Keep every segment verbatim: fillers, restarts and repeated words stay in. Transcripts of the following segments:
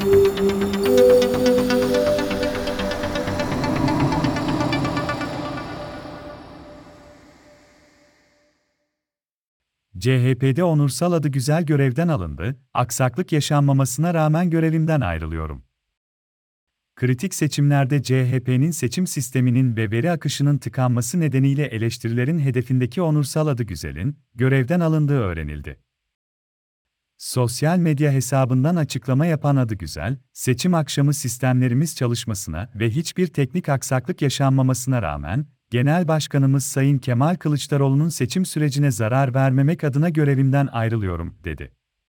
C H P'de Onursal Adıgüzel görevden alındı, aksaklık yaşanmamasına rağmen görevimden ayrılıyorum. Kritik seçimlerde C H P'nin seçim sisteminin ve veri akışının tıkanması nedeniyle eleştirilerin hedefindeki Onursal Adıgüzel'in görevden alındığı öğrenildi. Sosyal medya hesabından açıklama yapan Adıgüzel, seçim akşamı sistemlerimiz çalışmasına ve hiçbir teknik aksaklık yaşanmamasına rağmen, Genel Başkanımız Sayın Kemal Kılıçdaroğlu'nun seçim sürecine zarar vermemek adına görevimden ayrılıyorum, dedi.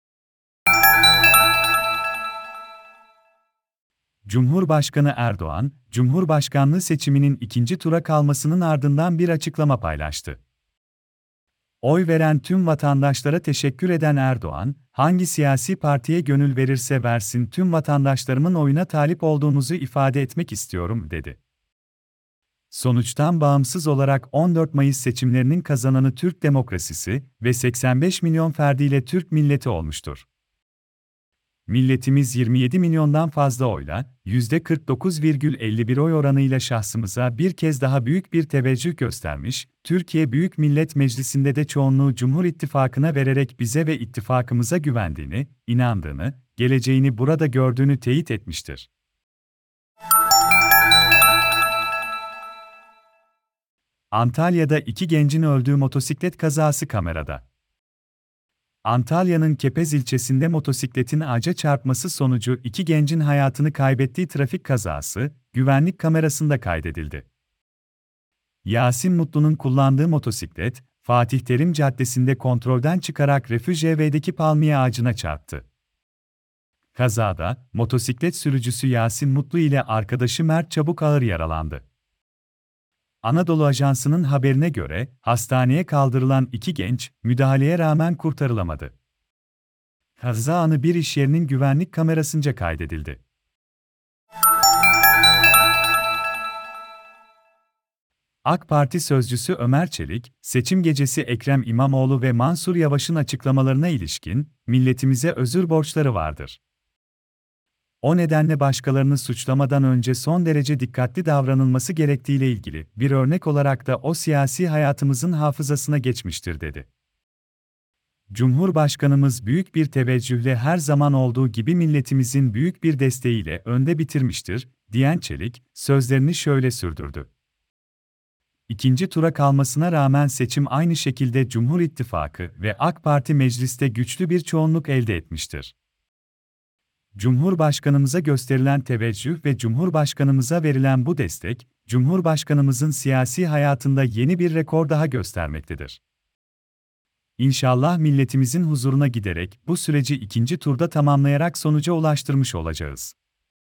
Cumhurbaşkanı Erdoğan, Cumhurbaşkanlığı seçiminin ikinci tura kalmasının ardından bir açıklama paylaştı. Oy veren tüm vatandaşlara teşekkür eden Erdoğan, hangi siyasi partiye gönül verirse versin tüm vatandaşlarımın oyuna talip olduğumuzu ifade etmek istiyorum, dedi. Sonuçtan bağımsız olarak on dört Mayıs seçimlerinin kazananı Türk demokrasisi ve seksen beş milyon ferdiyle Türk milleti olmuştur. Milletimiz yirmi yedi milyondan fazla oyla, yüzde kırk dokuz virgül elli bir oy oranıyla şahsımıza bir kez daha büyük bir teveccüh göstermiş, Türkiye Büyük Millet Meclisi'nde de çoğunluğu Cumhur İttifakı'na vererek bize ve ittifakımıza güvendiğini, inandığını, geleceğini burada gördüğünü teyit etmiştir. Antalya'da iki gencin öldüğü motosiklet kazası kamerada. Antalya'nın Kepez ilçesinde motosikletin ağaca çarpması sonucu iki gencin hayatını kaybettiği trafik kazası, güvenlik kamerasında kaydedildi. Yasin Mutlu'nun kullandığı motosiklet, Fatih Terim Caddesi'nde kontrolden çıkarak Refüj Ev'deki palmiye ağacına çarptı. Kazada, motosiklet sürücüsü Yasin Mutlu ile arkadaşı Mert Çabuk ağır yaralandı. Anadolu Ajansı'nın haberine göre, hastaneye kaldırılan iki genç, müdahaleye rağmen kurtarılamadı. Kaza anı bir iş yerinin güvenlik kamerasınca kaydedildi. AK Parti sözcüsü Ömer Çelik, seçim gecesi Ekrem İmamoğlu ve Mansur Yavaş'ın açıklamalarına ilişkin, milletimize özür borçları vardır. O nedenle başkalarını suçlamadan önce son derece dikkatli davranılması gerektiğiyle ilgili bir örnek olarak da o siyasi hayatımızın hafızasına geçmiştir, dedi. Cumhurbaşkanımız büyük bir teveccühle her zaman olduğu gibi milletimizin büyük bir desteğiyle önde bitirmiştir, diyen Çelik, sözlerini şöyle sürdürdü. İkinci tura kalmasına rağmen seçim aynı şekilde Cumhur İttifakı ve AK Parti mecliste güçlü bir çoğunluk elde etmiştir. Cumhurbaşkanımıza gösterilen teveccüh ve Cumhurbaşkanımıza verilen bu destek, Cumhurbaşkanımızın siyasi hayatında yeni bir rekor daha göstermektedir. İnşallah milletimizin huzuruna giderek bu süreci ikinci turda tamamlayarak sonuca ulaştırmış olacağız.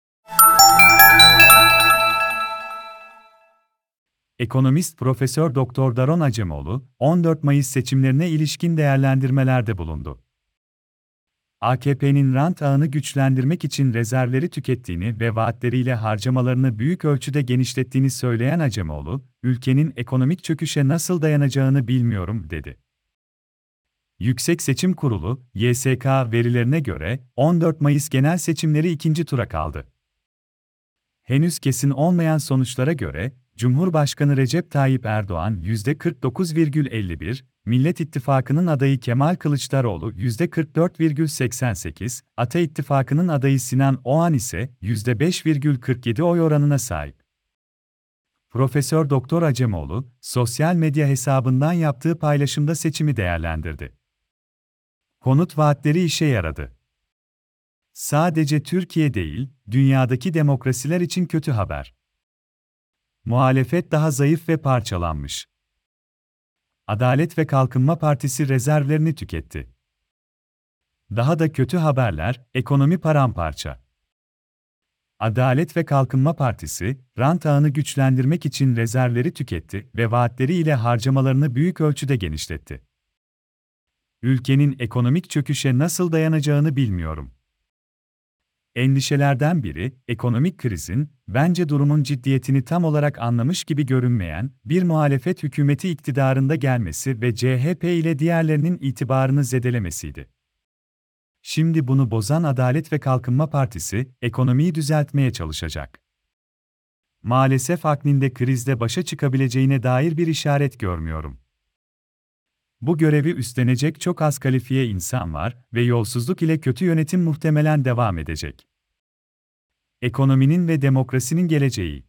Ekonomist Profesör Doktor Daron Acemoğlu, on dört Mayıs seçimlerine ilişkin değerlendirmelerde bulundu. A K P'nin rant ağını güçlendirmek için rezervleri tükettiğini ve vaatleriyle harcamalarını büyük ölçüde genişlettiğini söyleyen Acemoğlu, ülkenin ekonomik çöküşe nasıl dayanacağını bilmiyorum, dedi. Yüksek Seçim Kurulu, Y S K verilerine göre, on dört Mayıs genel seçimleri ikinci tura kaldı. Henüz kesin olmayan sonuçlara göre, Cumhurbaşkanı Recep Tayyip Erdoğan yüzde kırk dokuz virgül elli bir, Millet İttifakı'nın adayı Kemal Kılıçdaroğlu yüzde kırk dört virgül seksen sekiz, Ata İttifakı'nın adayı Sinan Oğan ise yüzde beş virgül kırk yedi oy oranına sahip. Profesör Doktor Acemoğlu, sosyal medya hesabından yaptığı paylaşımda seçimi değerlendirdi. Konut vaatleri işe yaradı. Sadece Türkiye değil, dünyadaki demokrasiler için kötü haber. Muhalefet daha zayıf ve parçalanmış. Adalet ve Kalkınma Partisi rezervlerini tüketti. Daha da kötü haberler, ekonomi paramparça. Adalet ve Kalkınma Partisi, rant ağını güçlendirmek için rezervleri tüketti ve vaatleri ile harcamalarını büyük ölçüde genişletti. Ülkenin ekonomik çöküşe nasıl dayanacağını bilmiyorum. Endişelerden biri, ekonomik krizin, bence durumun ciddiyetini tam olarak anlamış gibi görünmeyen, bir muhalefet hükümeti iktidarında gelmesi ve C H P ile diğerlerinin itibarını zedelemesiydi. Şimdi bunu bozan Adalet ve Kalkınma Partisi, ekonomiyi düzeltmeye çalışacak. Maalesef Aknin'de krizle başa çıkabileceğine dair bir işaret görmüyorum. Bu görevi üstlenecek çok az kalifiye insan var ve yolsuzluk ile kötü yönetim muhtemelen devam edecek. Ekonominin ve demokrasinin geleceği